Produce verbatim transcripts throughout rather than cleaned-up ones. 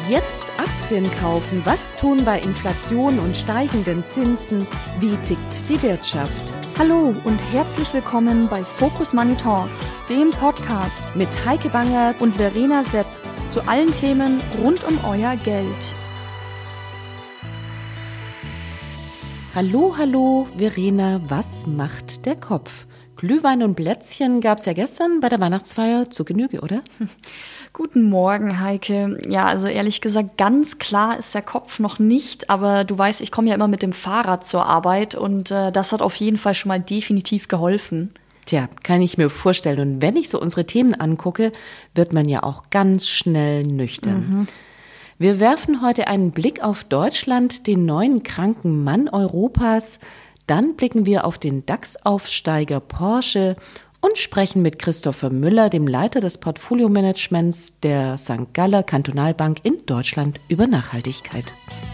Jetzt Aktien kaufen. Was tun bei Inflation und steigenden Zinsen? Wie tickt die Wirtschaft? Hallo und herzlich willkommen bei Focus Money Talks, dem Podcast Mit Heike Bangert und Verena Sepp zu allen Themen rund um euer Geld. Hallo, hallo, Verena, was macht der Kopf? Glühwein und Plätzchen gab es ja gestern bei der Weihnachtsfeier zur Genüge, oder? Guten Morgen, Heike. Ja, also ehrlich gesagt, ganz klar ist der Kopf noch nicht, aber du weißt, ich komme ja immer mit dem Fahrrad zur Arbeit und äh, das hat auf jeden Fall schon mal definitiv geholfen. Tja, kann ich mir vorstellen. Und wenn ich so unsere Themen angucke, wird man ja auch ganz schnell nüchtern. Mhm. Wir werfen heute einen Blick auf Deutschland, den neuen kranken Mann Europas. Dann blicken wir auf den DAX-Aufsteiger Porsche und sprechen mit Christopher Müller, dem Leiter des Portfolio-Managements der Sankt Galler Kantonalbank in Deutschland, über Nachhaltigkeit.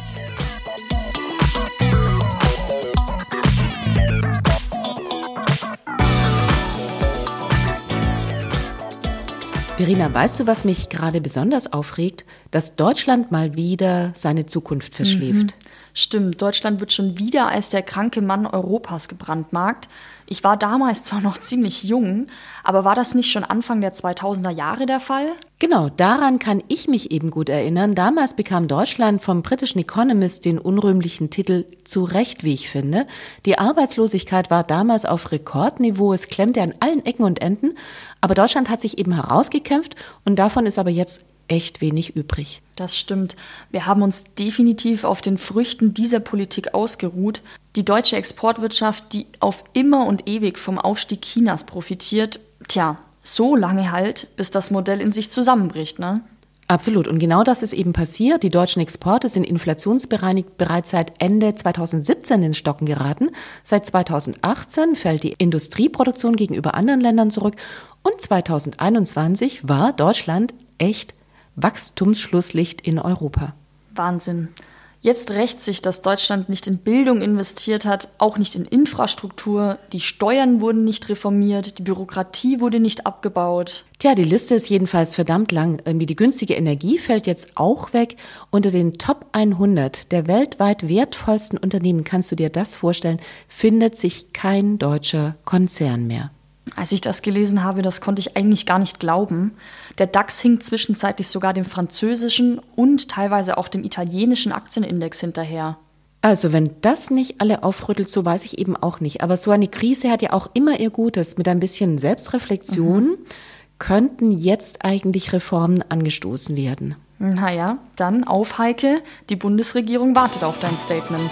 Verena, weißt du, was mich gerade besonders aufregt? Dass Deutschland mal wieder seine Zukunft verschläft. Mhm. Stimmt, Deutschland wird schon wieder als der kranke Mann Europas gebrandmarkt. Ich war damals zwar noch ziemlich jung, aber war das nicht schon Anfang der zweitausender Jahre der Fall? Genau, daran kann ich mich eben gut erinnern. Damals bekam Deutschland vom britischen Economist den unrühmlichen Titel zu Recht, wie ich finde. Die Arbeitslosigkeit war damals auf Rekordniveau, es klemmte an allen Ecken und Enden. Aber Deutschland hat sich eben herausgekämpft und davon ist aber jetzt echt wenig übrig. Das stimmt. Wir haben uns definitiv auf den Früchten dieser Politik ausgeruht. Die deutsche Exportwirtschaft, die auf immer und ewig vom Aufstieg Chinas profitiert, tja, so lange halt, bis das Modell in sich zusammenbricht, ne? Absolut. Und genau das ist eben passiert. Die deutschen Exporte sind inflationsbereinigt bereits seit Ende zweitausendsiebzehn ins Stocken geraten. Seit zweitausendachtzehn fällt die Industrieproduktion gegenüber anderen Ländern zurück. Und zweitausendeinundzwanzig war Deutschland echt Wachstumsschlusslicht in Europa. Wahnsinn. Jetzt rächt sich, dass Deutschland nicht in Bildung investiert hat, auch nicht in Infrastruktur. Die Steuern wurden nicht reformiert, die Bürokratie wurde nicht abgebaut. Tja, die Liste ist jedenfalls verdammt lang. Irgendwie die günstige Energie fällt jetzt auch weg. Unter den Top hundert der weltweit wertvollsten Unternehmen, kannst du dir das vorstellen, findet sich kein deutscher Konzern mehr. Als ich das gelesen habe, das konnte ich eigentlich gar nicht glauben. Der DAX hinkt zwischenzeitlich sogar dem französischen und teilweise auch dem italienischen Aktienindex hinterher. Also wenn das nicht alle aufrüttelt, so weiß ich eben auch nicht. Aber so eine Krise hat ja auch immer ihr Gutes. Mit ein bisschen Selbstreflexion mhm. könnten jetzt eigentlich Reformen angestoßen werden. Naja, dann auf, Heike. Die Bundesregierung wartet auf dein Statement.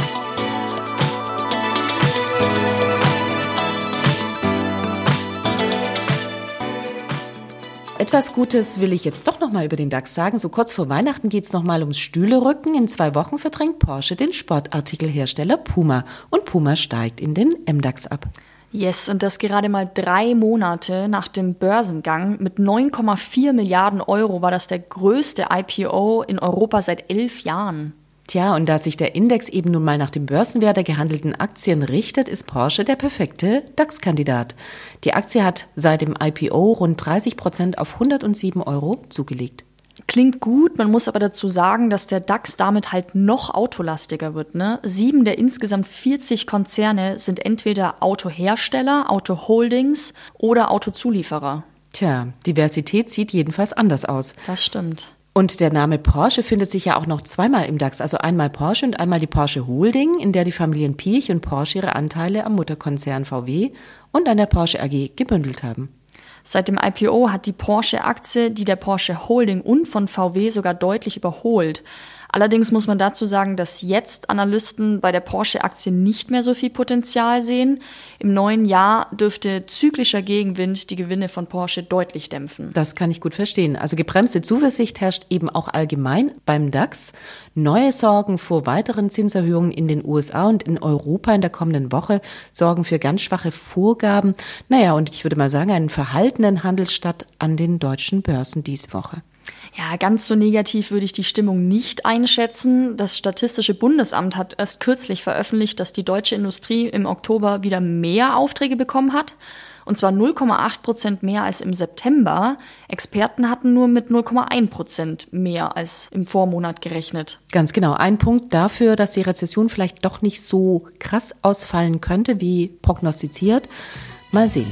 Etwas Gutes will ich jetzt doch noch mal über den DAX sagen. So kurz vor Weihnachten geht es noch mal ums Stühlerücken. In zwei Wochen verdrängt Porsche den Sportartikelhersteller Puma. Und Puma steigt in den M DAX ab. Yes, und das gerade mal drei Monate nach dem Börsengang. Mit neun Komma vier Milliarden Euro war das der größte I P O in Europa seit elf Jahren. Tja, und da sich der Index eben nun mal nach dem Börsenwert der gehandelten Aktien richtet, ist Porsche der perfekte DAX-Kandidat. Die Aktie hat seit dem I P O rund dreißig Prozent auf hundertsieben Euro zugelegt. Klingt gut, man muss aber dazu sagen, dass der DAX damit halt noch autolastiger wird, ne? Sieben der insgesamt vierzig Konzerne sind entweder Autohersteller, Autoholdings oder Autozulieferer. Tja, Diversität sieht jedenfalls anders aus. Das stimmt. Und der Name Porsche findet sich ja auch noch zweimal im DAX, also einmal Porsche und einmal die Porsche Holding, in der die Familien Piech und Porsche ihre Anteile am Mutterkonzern V W und an der Porsche A G gebündelt haben. Seit dem I P O hat die Porsche-Aktie die der Porsche Holding und von V W sogar deutlich überholt. Allerdings muss man dazu sagen, dass jetzt Analysten bei der Porsche-Aktie nicht mehr so viel Potenzial sehen. Im neuen Jahr dürfte zyklischer Gegenwind die Gewinne von Porsche deutlich dämpfen. Das kann ich gut verstehen. Also gebremste Zuversicht herrscht eben auch allgemein beim DAX. Neue Sorgen vor weiteren Zinserhöhungen in den U S A und in Europa in der kommenden Woche sorgen für ganz schwache Vorgaben. Naja, und ich würde mal sagen, einen verhaltenen Handelsstart an den deutschen Börsen diese Woche. Ja, ganz so negativ würde ich die Stimmung nicht einschätzen. Das Statistische Bundesamt hat erst kürzlich veröffentlicht, dass die deutsche Industrie im Oktober wieder mehr Aufträge bekommen hat. Und zwar null Komma acht Prozent mehr als im September. Experten hatten nur mit null Komma eins Prozent mehr als im Vormonat gerechnet. Ganz genau. Ein Punkt dafür, dass die Rezession vielleicht doch nicht so krass ausfallen könnte, wie prognostiziert. Mal sehen.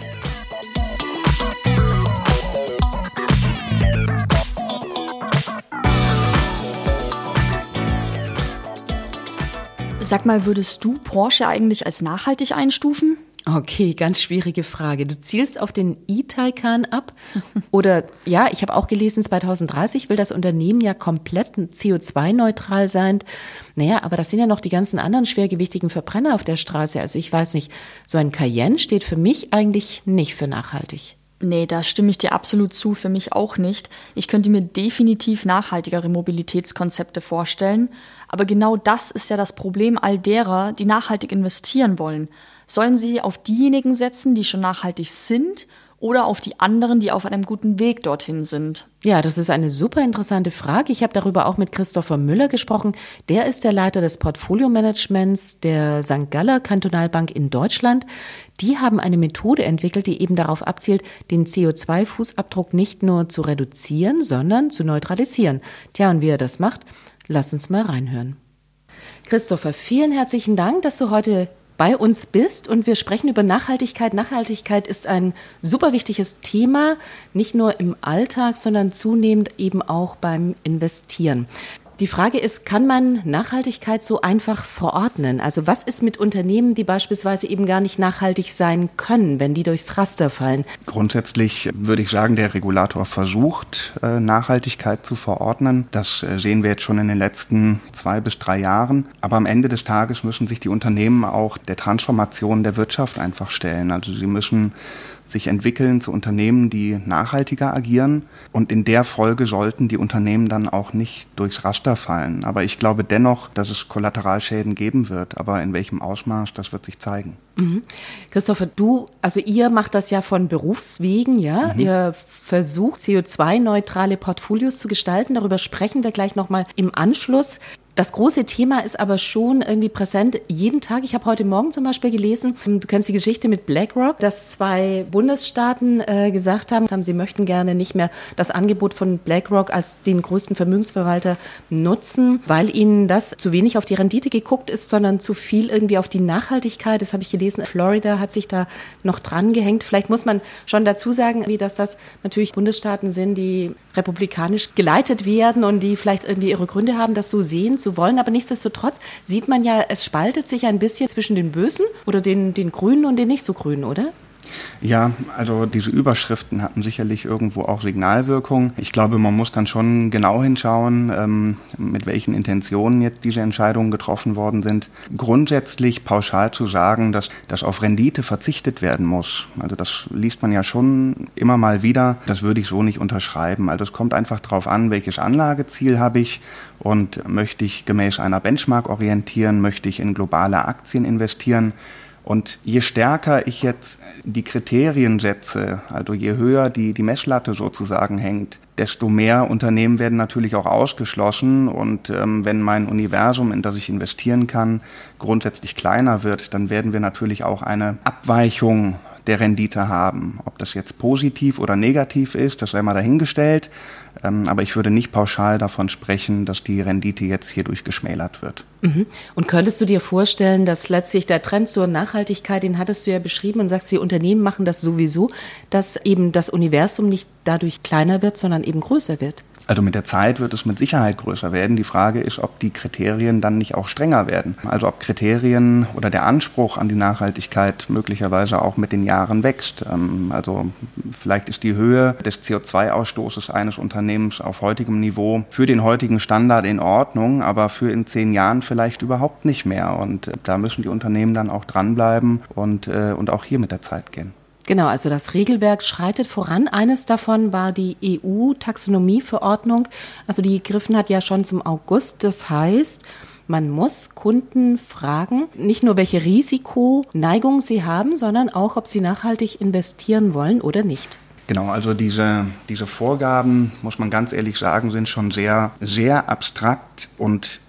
Sag mal, würdest du Porsche eigentlich als nachhaltig einstufen? Okay, ganz schwierige Frage. Du zielst auf den E-Taycan ab? Oder, ja, ich habe auch gelesen, zwanzig dreißig will das Unternehmen ja komplett C O zwei neutral sein. Naja, aber das sind ja noch die ganzen anderen schwergewichtigen Verbrenner auf der Straße. Also ich weiß nicht, so ein Cayenne steht für mich eigentlich nicht für nachhaltig. Nee, da stimme ich dir absolut zu, für mich auch nicht. Ich könnte mir definitiv nachhaltigere Mobilitätskonzepte vorstellen. Aber genau das ist ja das Problem all derer, die nachhaltig investieren wollen. Sollen sie auf diejenigen setzen, die schon nachhaltig sind, oder auf die anderen, die auf einem guten Weg dorthin sind? Ja, das ist eine super interessante Frage. Ich habe darüber auch mit Christopher Müller gesprochen. Der ist der Leiter des Portfolio-Managements der Sankt Galler Kantonalbank in Deutschland. Die haben eine Methode entwickelt, die eben darauf abzielt, den C O zwei Fußabdruck nicht nur zu reduzieren, sondern zu neutralisieren. Tja, und wie er das macht, lass uns mal reinhören. Christopher, vielen herzlichen Dank, dass du heute bei uns bist und wir sprechen über Nachhaltigkeit. Nachhaltigkeit ist ein super wichtiges Thema, nicht nur im Alltag, sondern zunehmend eben auch beim Investieren. Die Frage ist, kann man Nachhaltigkeit so einfach verordnen? Also was ist mit Unternehmen, die beispielsweise eben gar nicht nachhaltig sein können, wenn die durchs Raster fallen? Grundsätzlich würde ich sagen, der Regulator versucht, Nachhaltigkeit zu verordnen. Das sehen wir jetzt schon in den letzten zwei bis drei Jahren. Aber am Ende des Tages müssen sich die Unternehmen auch der Transformation der Wirtschaft einfach stellen. Also sie müssen sich entwickeln zu Unternehmen, die nachhaltiger agieren. Und in der Folge sollten die Unternehmen dann auch nicht durchs Raster fallen. Aber ich glaube dennoch, dass es Kollateralschäden geben wird. Aber in welchem Ausmaß, das wird sich zeigen. Mhm. Christopher, du, also ihr macht das ja von Berufswegen, ja? Mhm. Ihr versucht, C O zwei neutrale Portfolios zu gestalten. Darüber sprechen wir gleich nochmal im Anschluss. Das große Thema ist aber schon irgendwie präsent jeden Tag. Ich habe heute Morgen zum Beispiel gelesen, du kennst die Geschichte mit BlackRock, dass zwei Bundesstaaten äh, gesagt haben, sie möchten gerne nicht mehr das Angebot von BlackRock als den größten Vermögensverwalter nutzen, weil ihnen das zu wenig auf die Rendite geguckt ist, sondern zu viel irgendwie auf die Nachhaltigkeit. Das habe ich gelesen. Florida hat sich da noch dran gehängt. Vielleicht muss man schon dazu sagen, wie dass das natürlich Bundesstaaten sind, die republikanisch geleitet werden und die vielleicht irgendwie ihre Gründe haben, das so sehen zu wollen. Aber nichtsdestotrotz sieht man ja, es spaltet sich ein bisschen zwischen den Bösen oder den, den Grünen und den nicht so Grünen, oder? Ja, also diese Überschriften hatten sicherlich irgendwo auch Signalwirkung. Ich glaube, man muss dann schon genau hinschauen, ähm, mit welchen Intentionen jetzt diese Entscheidungen getroffen worden sind. Grundsätzlich pauschal zu sagen, dass, dass auf Rendite verzichtet werden muss, also das liest man ja schon immer mal wieder, das würde ich so nicht unterschreiben. Also es kommt einfach darauf an, welches Anlageziel habe ich und möchte ich gemäß einer Benchmark orientieren, möchte ich in globale Aktien investieren. Und je stärker ich jetzt die Kriterien setze, also je höher die, die Messlatte sozusagen hängt, desto mehr Unternehmen werden natürlich auch ausgeschlossen. Und ähm, wenn mein Universum, in das ich investieren kann, grundsätzlich kleiner wird, dann werden wir natürlich auch eine Abweichung der Rendite haben. Ob das jetzt positiv oder negativ ist, das sei mal dahingestellt. Ähm, aber ich würde nicht pauschal davon sprechen, dass die Rendite jetzt hierdurch geschmälert wird. Mhm. Und könntest du dir vorstellen, dass letztlich der Trend zur Nachhaltigkeit, den hattest du ja beschrieben und sagst, die Unternehmen machen das sowieso, dass eben das Universum nicht dadurch kleiner wird, sondern eben größer wird? Also mit der Zeit wird es mit Sicherheit größer werden. Die Frage ist, ob die Kriterien dann nicht auch strenger werden. Also ob Kriterien oder der Anspruch an die Nachhaltigkeit möglicherweise auch mit den Jahren wächst. Also vielleicht ist die Höhe des C O zwei Ausstoßes eines Unternehmens auf heutigem Niveau für den heutigen Standard in Ordnung, aber für in zehn Jahren vielleicht überhaupt nicht mehr. Und da müssen die Unternehmen dann auch dranbleiben und, und auch hier mit der Zeit gehen. Genau, also das Regelwerk schreitet voran. Eines davon war die E U-Taxonomie-Verordnung. Also die gegriffen hat ja schon zum August. Das heißt, man muss Kunden fragen, nicht nur welche Risikoneigung sie haben, sondern auch, ob sie nachhaltig investieren wollen oder nicht. Genau, also diese, diese Vorgaben, muss man ganz ehrlich sagen, sind schon sehr, sehr abstrakt und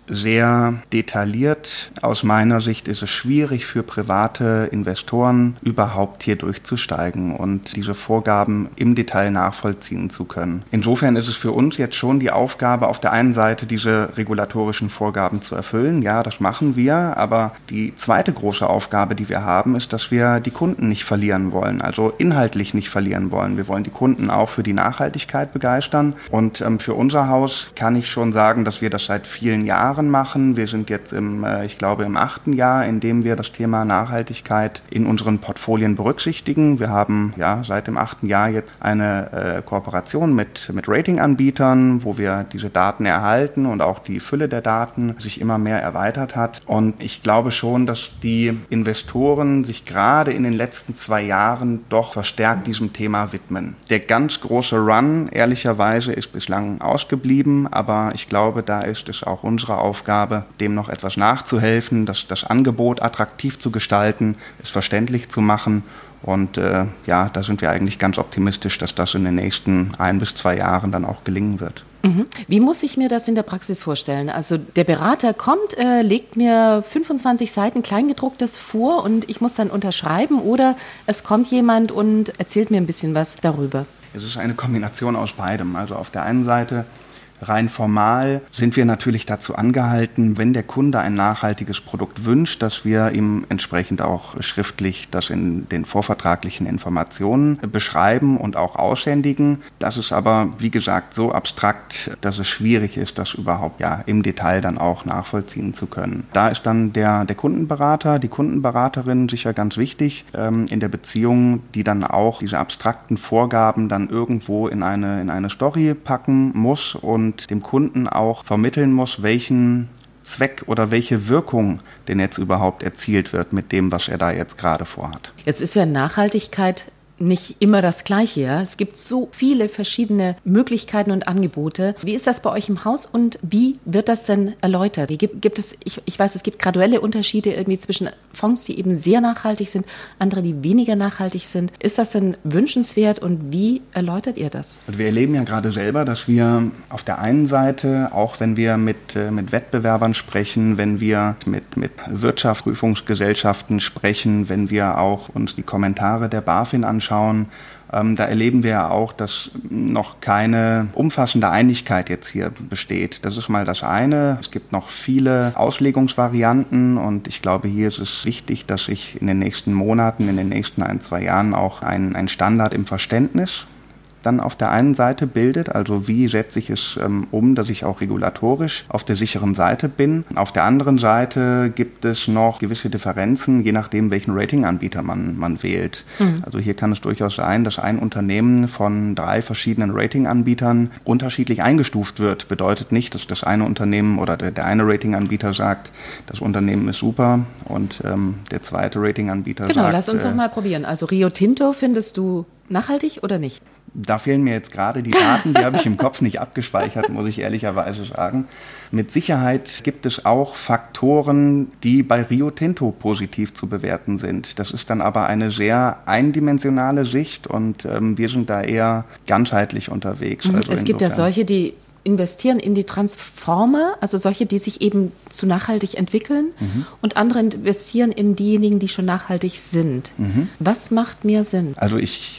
sehr detailliert. Aus meiner Sicht ist es schwierig für private Investoren überhaupt hier durchzusteigen und diese Vorgaben im Detail nachvollziehen zu können. Insofern ist es für uns jetzt schon die Aufgabe, auf der einen Seite diese regulatorischen Vorgaben zu erfüllen. Ja, das machen wir, aber die zweite große Aufgabe, die wir haben, ist, dass wir die Kunden nicht verlieren wollen, also inhaltlich nicht verlieren wollen. Wir wollen die Kunden auch für die Nachhaltigkeit begeistern und ähm, für unser Haus kann ich schon sagen, dass wir das seit vielen Jahren machen. Wir sind jetzt im, ich glaube, im achten Jahr, in dem wir das Thema Nachhaltigkeit in unseren Portfolien berücksichtigen. Wir haben ja seit dem achten Jahr jetzt eine äh, Kooperation mit, mit Ratinganbietern, wo wir diese Daten erhalten und auch die Fülle der Daten sich immer mehr erweitert hat. Und ich glaube schon, dass die Investoren sich gerade in den letzten zwei Jahren doch verstärkt diesem Thema widmen. Der ganz große Run, ehrlicherweise, ist bislang ausgeblieben, aber ich glaube, da ist es auch unsere Aufgabe, dem noch etwas nachzuhelfen, das, das Angebot attraktiv zu gestalten, es verständlich zu machen. Und äh, ja, da sind wir eigentlich ganz optimistisch, dass das in den nächsten ein bis zwei Jahren dann auch gelingen wird. Mhm. Wie muss ich mir das in der Praxis vorstellen? Also der Berater kommt, äh, legt mir fünfundzwanzig Seiten Kleingedrucktes vor und ich muss dann unterschreiben oder es kommt jemand und erzählt mir ein bisschen was darüber. Es ist eine Kombination aus beidem. Also auf der einen Seite rein formal sind wir natürlich dazu angehalten, wenn der Kunde ein nachhaltiges Produkt wünscht, dass wir ihm entsprechend auch schriftlich das in den vorvertraglichen Informationen beschreiben und auch aushändigen. Das ist aber, wie gesagt, so abstrakt, dass es schwierig ist, das überhaupt ja im Detail dann auch nachvollziehen zu können. Da ist dann der, der Kundenberater, die Kundenberaterin sicher ganz wichtig ähm, in der Beziehung, die dann auch diese abstrakten Vorgaben dann irgendwo in eine, in eine Story packen muss und und dem Kunden auch vermitteln muss, welchen Zweck oder welche Wirkung denn jetzt überhaupt erzielt wird mit dem, was er da jetzt gerade vorhat. Jetzt ist ja Nachhaltigkeit nicht immer das Gleiche. Ja? Es gibt so viele verschiedene Möglichkeiten und Angebote. Wie ist das bei euch im Haus und wie wird das denn erläutert? Wie gibt, gibt es, ich, ich weiß, es gibt graduelle Unterschiede irgendwie zwischen Fonds, die eben sehr nachhaltig sind, andere, die weniger nachhaltig sind. Ist das denn wünschenswert und wie erläutert ihr das? Und wir erleben ja gerade selber, dass wir auf der einen Seite, auch wenn wir mit, mit Wettbewerbern sprechen, wenn wir mit, mit Wirtschaftsprüfungsgesellschaften sprechen, wenn wir auch uns die Kommentare der BaFin anschauen, Schauen. Ähm, da erleben wir ja auch, dass noch keine umfassende Einigkeit jetzt hier besteht. Das ist mal das eine. Es gibt noch viele Auslegungsvarianten und ich glaube, hier ist es wichtig, dass sich in den nächsten Monaten, in den nächsten ein, zwei Jahren auch ein, ein Standard im Verständnis dann auf der einen Seite bildet, also wie setze ich es ähm, um, dass ich auch regulatorisch auf der sicheren Seite bin. Auf der anderen Seite gibt es noch gewisse Differenzen, je nachdem, welchen Ratinganbieter man, man wählt. Mhm. Also hier kann es durchaus sein, dass ein Unternehmen von drei verschiedenen Ratinganbietern unterschiedlich eingestuft wird. Bedeutet nicht, dass das eine Unternehmen oder der, der eine Ratinganbieter sagt, das Unternehmen ist super und ähm, der zweite Ratinganbieter genau, sagt... Genau, lass uns äh, doch mal probieren. Also Rio Tinto findest du nachhaltig oder nicht? Da fehlen mir jetzt gerade die Daten, die habe ich im Kopf nicht abgespeichert, muss ich ehrlicherweise sagen. Mit Sicherheit gibt es auch Faktoren, die bei Rio Tinto positiv zu bewerten sind. Das ist dann aber eine sehr eindimensionale Sicht und ähm, wir sind da eher ganzheitlich unterwegs. Mhm. Also es gibt ja solche, die investieren in die Transformer, also solche, die sich eben zu nachhaltig entwickeln mhm. und andere investieren in diejenigen, die schon nachhaltig sind. Mhm. Was macht mehr Sinn? Also ich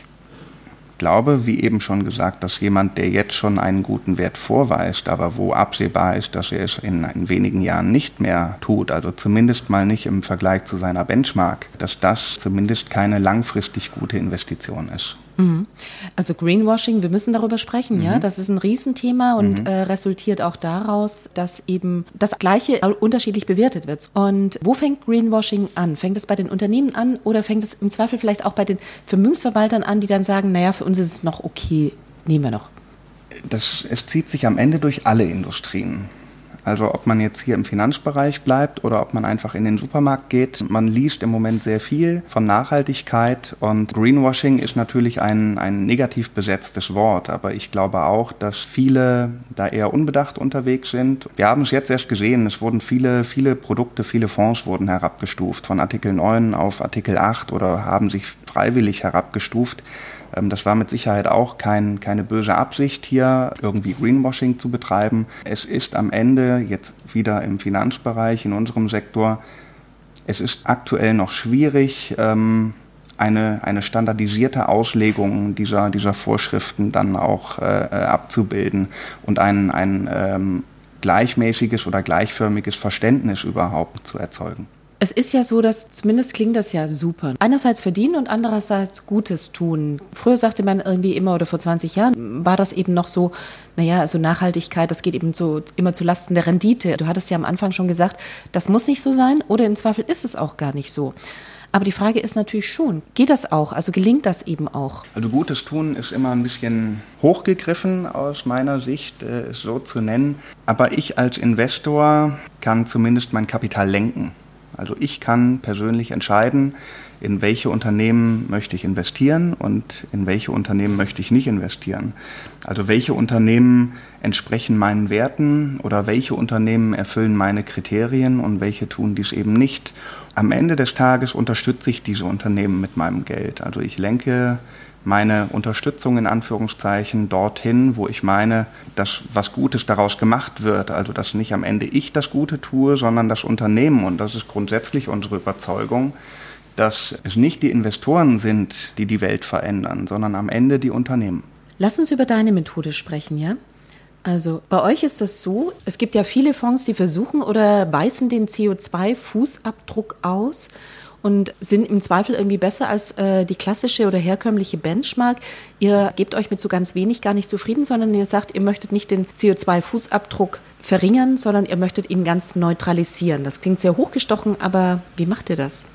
glaube, wie eben schon gesagt, dass jemand, der jetzt schon einen guten Wert vorweist, aber wo absehbar ist, dass er es in, in wenigen Jahren nicht mehr tut, also zumindest mal nicht im Vergleich zu seiner Benchmark, dass das zumindest keine langfristig gute Investition ist. Also Greenwashing, wir müssen darüber sprechen, mhm. ja, das ist ein Riesenthema und mhm. äh, resultiert auch daraus, dass eben das Gleiche unterschiedlich bewertet wird. Und wo fängt Greenwashing an? Fängt es bei den Unternehmen an oder fängt es im Zweifel vielleicht auch bei den Vermögensverwaltern an, die dann sagen, naja, für uns ist es noch okay, nehmen wir noch? Das, es zieht sich am Ende durch alle Industrien. Also ob man jetzt hier im Finanzbereich bleibt oder ob man einfach in den Supermarkt geht. Man liest im Moment sehr viel von Nachhaltigkeit und Greenwashing ist natürlich ein, ein negativ besetztes Wort. Aber ich glaube auch, dass viele da eher unbedacht unterwegs sind. Wir haben es jetzt erst gesehen, es wurden viele, viele Produkte, viele Fonds wurden herabgestuft. Von Artikel neun auf Artikel acht oder haben sich freiwillig herabgestuft. Das war mit Sicherheit auch kein, keine böse Absicht, hier irgendwie Greenwashing zu betreiben. Es ist am Ende jetzt wieder im Finanzbereich, in unserem Sektor, es ist aktuell noch schwierig, ähm, eine, eine standardisierte Auslegung dieser, dieser Vorschriften dann auch äh, abzubilden und ein, ein ähm, gleichmäßiges oder gleichförmiges Verständnis überhaupt zu erzeugen. Es ist ja so, dass zumindest klingt das ja super. Einerseits verdienen und andererseits Gutes tun. Früher sagte man irgendwie immer, oder vor zwanzig Jahren war das eben noch so, naja, also Nachhaltigkeit, das geht eben so immer zu Lasten der Rendite. Du hattest ja am Anfang schon gesagt, das muss nicht so sein oder im Zweifel ist es auch gar nicht so. Aber die Frage ist natürlich schon, geht das auch? Also gelingt das eben auch? Also Gutes tun ist immer ein bisschen hochgegriffen aus meiner Sicht, äh, es so zu nennen. Aber ich als Investor kann zumindest mein Kapital lenken. Also ich kann persönlich entscheiden, in welche Unternehmen möchte ich investieren und in welche Unternehmen möchte ich nicht investieren. Also welche Unternehmen entsprechen meinen Werten oder welche Unternehmen erfüllen meine Kriterien und welche tun dies eben nicht. Am Ende des Tages unterstütze ich diese Unternehmen mit meinem Geld. Also ich lenke meine Unterstützung in Anführungszeichen dorthin, wo ich meine, dass was Gutes daraus gemacht wird. Also dass nicht am Ende ich das Gute tue, sondern das Unternehmen. Und das ist grundsätzlich unsere Überzeugung, dass es nicht die Investoren sind, die die Welt verändern, sondern am Ende die Unternehmen. Lass uns über deine Methode sprechen, ja? Also bei euch ist das so, es gibt ja viele Fonds, die versuchen oder weisen den C O zwei Fußabdruck aus und sind im Zweifel irgendwie besser als äh, die klassische oder herkömmliche Benchmark. Ihr gebt euch mit so ganz wenig gar nicht zufrieden, sondern ihr sagt, ihr möchtet nicht den C O zwei Fußabdruck verringern, sondern ihr möchtet ihn ganz neutralisieren. Das klingt sehr hochgestochen, aber wie macht ihr das?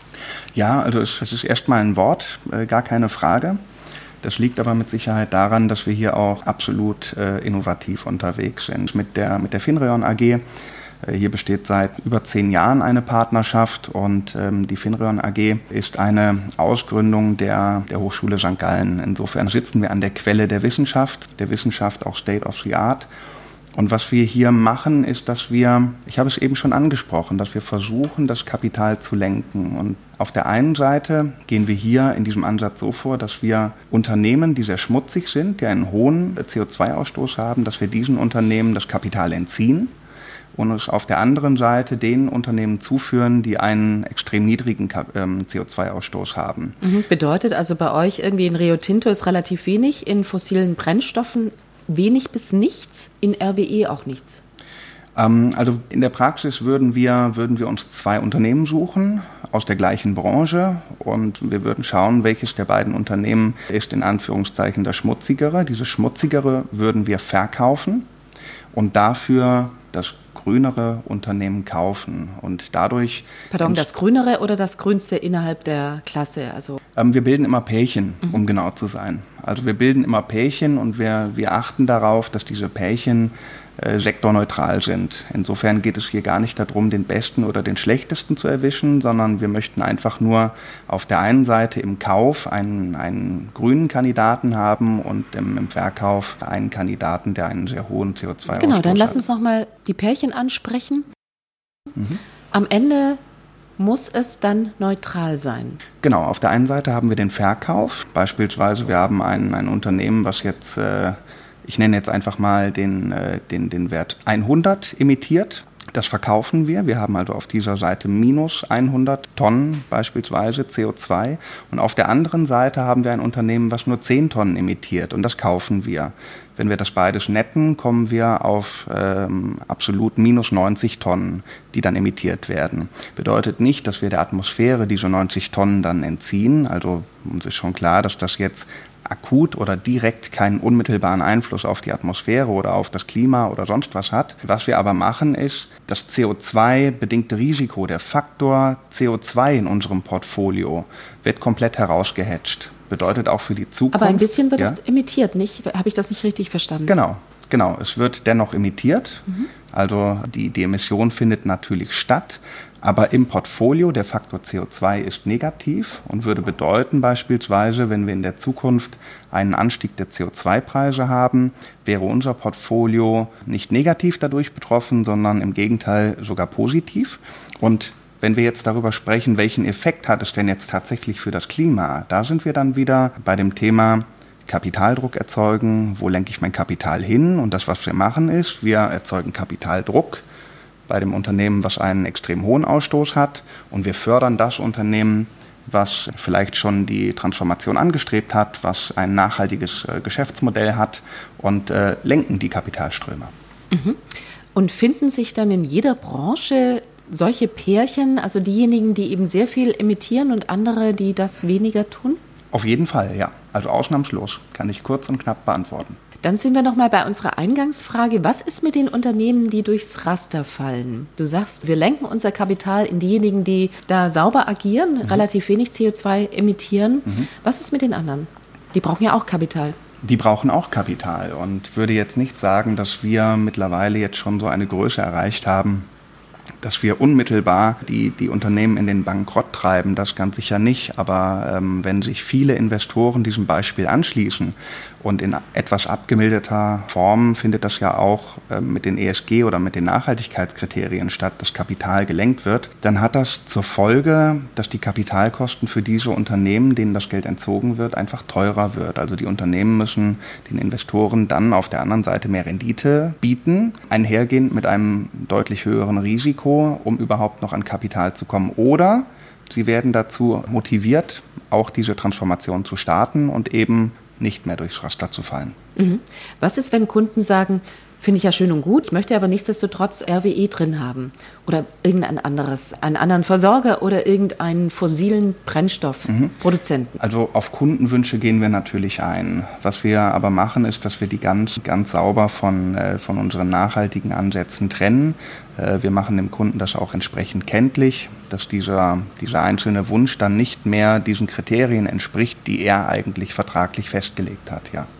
Ja, also es, es ist erstmal ein Wort, äh, gar keine Frage. Das liegt aber mit Sicherheit daran, dass wir hier auch absolut äh, innovativ unterwegs sind. Mit der, mit der Finreon A G, äh, hier besteht seit über zehn Jahren eine Partnerschaft und ähm, die Finreon A G ist eine Ausgründung der, der Hochschule Sankt Gallen. Insofern sitzen wir an der Quelle der Wissenschaft, der Wissenschaft auch State of the Art. Und was wir hier machen, ist, dass wir, ich habe es eben schon angesprochen, dass wir versuchen, das Kapital zu lenken. Und auf der einen Seite gehen wir hier in diesem Ansatz so vor, dass wir Unternehmen, die sehr schmutzig sind, die einen hohen C O zwei Ausstoß haben, dass wir diesen Unternehmen das Kapital entziehen und es auf der anderen Seite den Unternehmen zuführen, die einen extrem niedrigen C O zwei Ausstoß haben. Mhm. Bedeutet also bei euch irgendwie in Rio Tinto ist relativ wenig, in fossilen Brennstoffen wenig bis nichts, in R W E auch nichts? Ähm, also in der Praxis würden wir, würden wir uns zwei Unternehmen suchen aus der gleichen Branche und wir würden schauen, welches der beiden Unternehmen ist in Anführungszeichen das Schmutzigere. Dieses Schmutzigere würden wir verkaufen und dafür das grünere Unternehmen kaufen und dadurch... Pardon, das grünere oder das grünste innerhalb der Klasse? Also ähm, wir bilden immer Pärchen, mhm. um genau zu sein. Also wir bilden immer Pärchen und wir, wir achten darauf, dass diese Pärchen äh, sektorneutral sind. Insofern geht es hier gar nicht darum, den besten oder den schlechtesten zu erwischen, sondern wir möchten einfach nur auf der einen Seite im Kauf einen, einen grünen Kandidaten haben und im, im Verkauf einen Kandidaten, der einen sehr hohen C O zwei Ausstoß hat. Genau, dann lass uns nochmal die Pärchen ansprechen. Mhm. Am Ende muss es dann neutral sein? Genau, auf der einen Seite haben wir den Verkauf. Beispielsweise wir haben ein, ein Unternehmen, was jetzt, äh, ich nenne jetzt einfach mal den, äh, den, den Wert hundert emittiert. Das verkaufen wir. Wir haben also auf dieser Seite minus hundert Tonnen beispielsweise C O zwei. Und auf der anderen Seite haben wir ein Unternehmen, was nur zehn Tonnen emittiert. Und das kaufen wir. Wenn wir das beides netten, kommen wir auf ähm, absolut minus neunzig Tonnen, die dann emittiert werden. Bedeutet nicht, dass wir der Atmosphäre diese neunzig Tonnen dann entziehen. Also uns ist schon klar, dass das jetzt akut oder direkt keinen unmittelbaren Einfluss auf die Atmosphäre oder auf das Klima oder sonst was hat. Was wir aber machen ist, das C O zwei bedingte Risiko, der Faktor C O zwei in unserem Portfolio wird komplett herausgehatcht. Bedeutet auch für die Zukunft. Aber ein bisschen wird ja? doch emittiert, nicht? Habe ich das nicht richtig verstanden? Genau, genau. Es wird dennoch emittiert. Mhm. Also die, die Emission findet natürlich statt. Aber im Portfolio, der Faktor C O zwei ist negativ und würde bedeuten beispielsweise, wenn wir in der Zukunft einen Anstieg der C O zwei Preise haben, wäre unser Portfolio nicht negativ dadurch betroffen, sondern im Gegenteil sogar positiv. Und Wenn wir jetzt darüber sprechen, welchen Effekt hat es denn jetzt tatsächlich für das Klima, da sind wir dann wieder bei dem Thema Kapitaldruck erzeugen. Wo lenke ich mein Kapital hin? Und das, was wir machen, ist, wir erzeugen Kapitaldruck bei dem Unternehmen, was einen extrem hohen Ausstoß hat, und wir fördern das Unternehmen, was vielleicht schon die Transformation angestrebt hat, was ein nachhaltiges äh, Geschäftsmodell hat, und äh, lenken die Kapitalströme. Mhm. Und finden sich dann in jeder Branche solche Pärchen, also diejenigen, die eben sehr viel emittieren und andere, die das weniger tun? Auf jeden Fall, ja. Also ausnahmslos, kann ich kurz und knapp beantworten. Dann sind wir nochmal bei unserer Eingangsfrage. Was ist mit den Unternehmen, die durchs Raster fallen? Du sagst, wir lenken unser Kapital in diejenigen, die da sauber agieren, mhm. relativ wenig C O zwei emittieren. Mhm. Was ist mit den anderen? Die brauchen ja auch Kapital. Die brauchen auch Kapital, und würde jetzt nicht sagen, dass wir mittlerweile jetzt schon so eine Größe erreicht haben, dass wir unmittelbar die, die Unternehmen in den Bankrott treiben, das ganz sicher nicht. Aber ähm, wenn sich viele Investoren diesem Beispiel anschließen, und in etwas abgemilderter Form findet das ja auch äh, mit den E S G oder mit den Nachhaltigkeitskriterien statt, dass Kapital gelenkt wird, dann hat das zur Folge, dass die Kapitalkosten für diese Unternehmen, denen das Geld entzogen wird, einfach teurer wird. Also die Unternehmen müssen den Investoren dann auf der anderen Seite mehr Rendite bieten, einhergehend mit einem deutlich höheren Risiko, um überhaupt noch an Kapital zu kommen. Oder sie werden dazu motiviert, auch diese Transformation zu starten und eben nicht mehr durchs Raster zu fallen. Mhm. Was ist, wenn Kunden sagen, finde ich ja schön und gut, ich möchte aber nichtsdestotrotz R W E drin haben oder irgendein anderes, einen anderen Versorger oder irgendeinen fossilen Brennstoffproduzenten? Mhm. Also auf Kundenwünsche gehen wir natürlich ein. Was wir aber machen, ist, dass wir die ganz, ganz sauber von, äh, von unseren nachhaltigen Ansätzen trennen. Äh, wir machen dem Kunden das auch entsprechend kenntlich, dass dieser, dieser einzelne Wunsch dann nicht mehr diesen Kriterien entspricht, die er eigentlich vertraglich festgelegt hat, ja.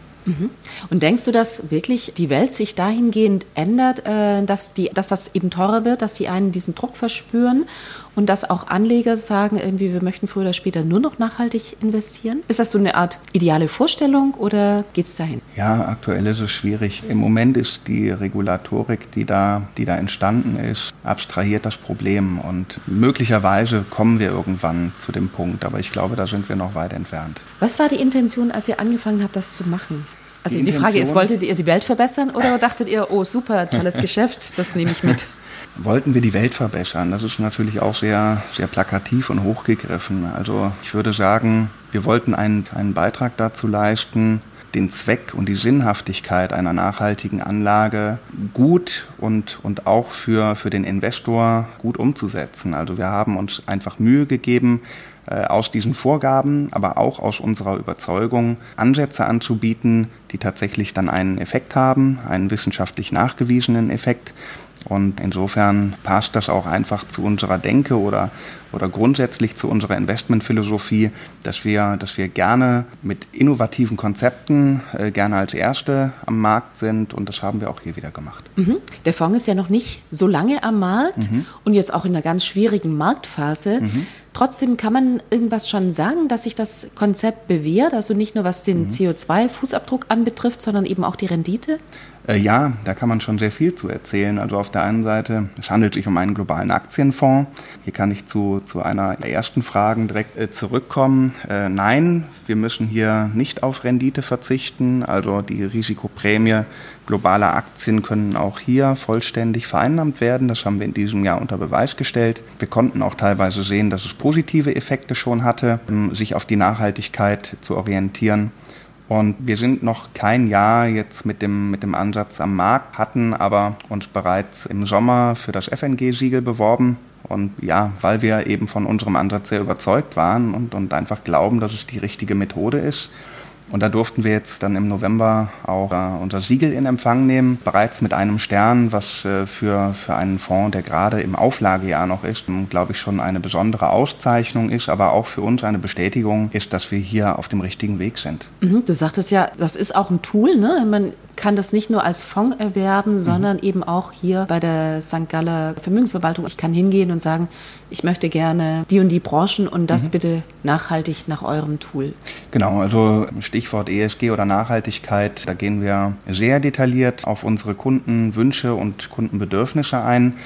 Und denkst du, dass wirklich die Welt sich dahingehend ändert, dass, die, dass das eben teurer wird, dass die einen diesen Druck verspüren und dass auch Anleger sagen, irgendwie, wir möchten früher oder später nur noch nachhaltig investieren? Ist das so eine Art ideale Vorstellung oder geht es dahin? Ja, aktuell ist es schwierig. Im Moment ist die Regulatorik, die da, die da entstanden ist, abstrahiert das Problem, und möglicherweise kommen wir irgendwann zu dem Punkt, aber ich glaube, da sind wir noch weit entfernt. Was war die Intention, als ihr angefangen habt, das zu machen? Also die, die Frage ist, wolltet ihr die Welt verbessern oder dachtet ihr, oh super, tolles Geschäft, das nehme ich mit? Wollten wir die Welt verbessern? Das ist natürlich auch sehr, sehr plakativ und hochgegriffen. Also ich würde sagen, wir wollten einen, einen Beitrag dazu leisten, den Zweck und die Sinnhaftigkeit einer nachhaltigen Anlage gut und, und auch für, für den Investor gut umzusetzen. Also wir haben uns einfach Mühe gegeben, aus diesen Vorgaben, aber auch aus unserer Überzeugung, Ansätze anzubieten, die tatsächlich dann einen Effekt haben, einen wissenschaftlich nachgewiesenen Effekt. Und insofern passt das auch einfach zu unserer Denke oder, oder grundsätzlich zu unserer Investmentphilosophie, dass wir, dass wir gerne mit innovativen Konzepten äh, gerne als Erste am Markt sind, und das haben wir auch hier wieder gemacht. Mhm. Der Fonds ist ja noch nicht so lange am Markt mhm. und jetzt auch in einer ganz schwierigen Marktphase. Mhm. Trotzdem kann man irgendwas schon sagen, dass sich das Konzept bewährt, also nicht nur was den mhm. C O zwei Fußabdruck anbetrifft, sondern eben auch die Rendite? Äh, ja, da kann man schon sehr viel zu erzählen. Also auf der einen Seite, es handelt sich um einen globalen Aktienfonds. Hier kann ich zu, zu einer der ersten Fragen direkt äh, zurückkommen. Äh, nein, wir müssen hier nicht auf Rendite verzichten. Also die Risikoprämie globaler Aktien können auch hier vollständig vereinnahmt werden. Das haben wir in diesem Jahr unter Beweis gestellt. Wir konnten auch teilweise sehen, dass es positive Effekte schon hatte, sich auf die Nachhaltigkeit zu orientieren. Und wir sind noch kein Jahr jetzt mit dem, mit dem Ansatz am Markt, hatten aber uns bereits im Sommer für das F N G-Siegel beworben. Und ja, weil wir eben von unserem Ansatz sehr überzeugt waren und, und einfach glauben, dass es die richtige Methode ist. Und da durften wir jetzt dann im November auch äh, unser Siegel in Empfang nehmen, bereits mit einem Stern, was äh, für, für einen Fonds, der gerade im Auflagejahr noch ist, glaube ich, schon eine besondere Auszeichnung ist, aber auch für uns eine Bestätigung ist, dass wir hier auf dem richtigen Weg sind. Mhm, du sagtest ja, das ist auch ein Tool, ne? Man kann das nicht nur als Fonds erwerben, sondern mhm. eben auch hier bei der Sankt Galler Vermögensverwaltung. Ich kann hingehen und sagen, ich möchte gerne die und die Branchen und das mhm. bitte nachhaltig nach eurem Tool. Genau, also Stichwort E S G oder Nachhaltigkeit, da gehen wir sehr detailliert auf unsere Kundenwünsche und Kundenbedürfnisse ein.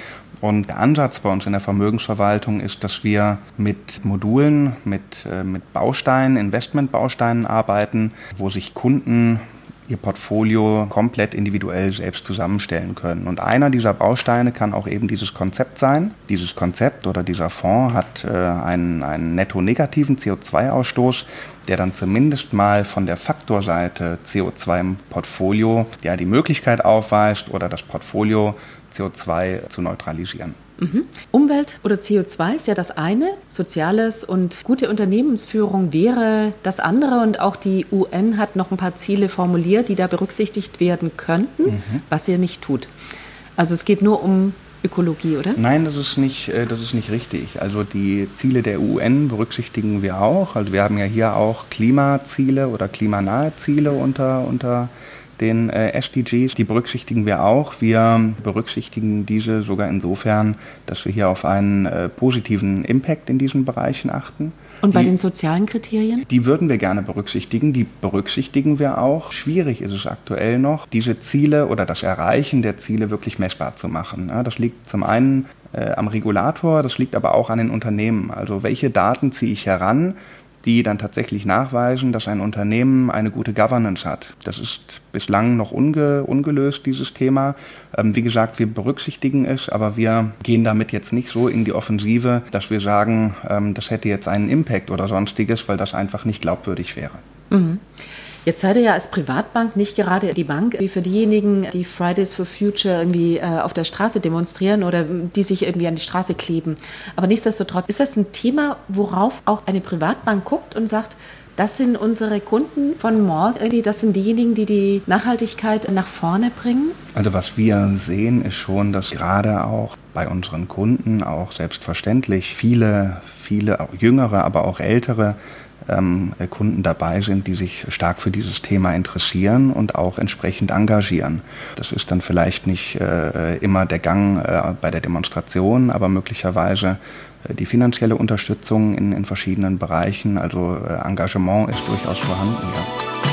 Und der Ansatz bei uns in der Vermögensverwaltung ist, dass wir mit Modulen, mit, äh, mit Bausteinen, Investmentbausteinen arbeiten, wo sich Kunden ihr Portfolio komplett individuell selbst zusammenstellen können. Und einer dieser Bausteine kann auch eben dieses Konzept sein. Dieses Konzept oder dieser Fonds hat äh, einen, einen netto-negativen C O zwei Ausstoß, der dann zumindest mal von der Faktorseite C O zwei im Portfolio ja die Möglichkeit aufweist oder das Portfolio C O zwei zu neutralisieren. Mhm. Umwelt oder C O zwei ist ja das eine, Soziales und gute Unternehmensführung wäre das andere und auch die U N hat noch ein paar Ziele formuliert, die da berücksichtigt werden könnten, mhm. was ihr nicht tut. Also es geht nur um Ökologie, oder? Nein, das ist nicht, das ist nicht richtig. Also die Ziele der U N berücksichtigen wir auch. Also wir haben ja hier auch Klimaziele oder klimanahe Ziele unter, unter den äh, S D Gs, die berücksichtigen wir auch. Wir berücksichtigen diese sogar insofern, dass wir hier auf einen äh, positiven Impact in diesen Bereichen achten. Und bei die, den sozialen Kriterien? Die würden wir gerne berücksichtigen, die berücksichtigen wir auch. Schwierig ist es aktuell noch, diese Ziele oder das Erreichen der Ziele wirklich messbar zu machen. Ja, das liegt zum einen äh, am Regulator, das liegt aber auch an den Unternehmen. Also welche Daten ziehe ich heran, die dann tatsächlich nachweisen, dass ein Unternehmen eine gute Governance hat. Das ist bislang noch unge, ungelöst, dieses Thema. Ähm, wie gesagt, wir berücksichtigen es, aber wir gehen damit jetzt nicht so in die Offensive, dass wir sagen, ähm, das hätte jetzt einen Impact oder sonstiges, weil das einfach nicht glaubwürdig wäre. Mhm. Jetzt seid ihr ja als Privatbank nicht gerade die Bank wie für diejenigen, die Fridays for Future irgendwie äh, auf der Straße demonstrieren oder die sich irgendwie an die Straße kleben. Aber nichtsdestotrotz, ist das ein Thema, worauf auch eine Privatbank guckt und sagt, das sind unsere Kunden von morgen, irgendwie, das sind diejenigen, die die Nachhaltigkeit nach vorne bringen? Also was wir sehen, ist schon, dass gerade auch bei unseren Kunden auch selbstverständlich viele, viele auch jüngere, aber auch ältere Ähm, Kunden dabei sind, die sich stark für dieses Thema interessieren und auch entsprechend engagieren. Das ist dann vielleicht nicht äh, immer der Gang äh, bei der Demonstration, aber möglicherweise äh, die finanzielle Unterstützung in, in verschiedenen Bereichen. Also äh, Engagement ist durchaus vorhanden, ja.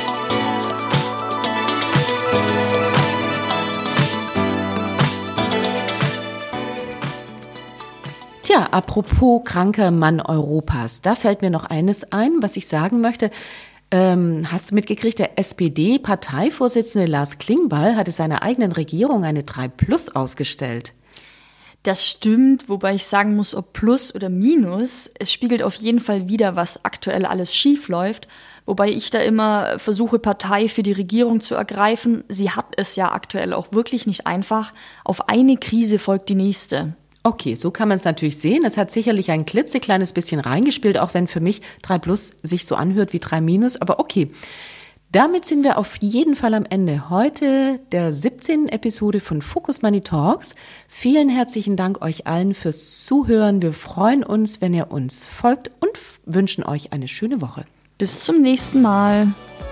Tja, apropos kranker Mann Europas, da fällt mir noch eines ein, was ich sagen möchte. Ähm, hast du mitgekriegt, der S P D-Parteivorsitzende Lars Klingbeil hatte seiner eigenen Regierung eine drei plus ausgestellt. Das stimmt, wobei ich sagen muss, ob Plus oder Minus, es spiegelt auf jeden Fall wider, was aktuell alles schief läuft. Wobei ich da immer versuche, Partei für die Regierung zu ergreifen. Sie hat es ja aktuell auch wirklich nicht einfach. Auf eine Krise folgt die nächste. Okay, so kann man es natürlich sehen. Es hat sicherlich ein klitzekleines bisschen reingespielt, auch wenn für mich drei plus sich so anhört wie drei minus. Aber okay, damit sind wir auf jeden Fall am Ende heute der siebzehnten Episode von Focus Money Talks. Vielen herzlichen Dank euch allen fürs Zuhören. Wir freuen uns, wenn ihr uns folgt und wünschen euch eine schöne Woche. Bis zum nächsten Mal.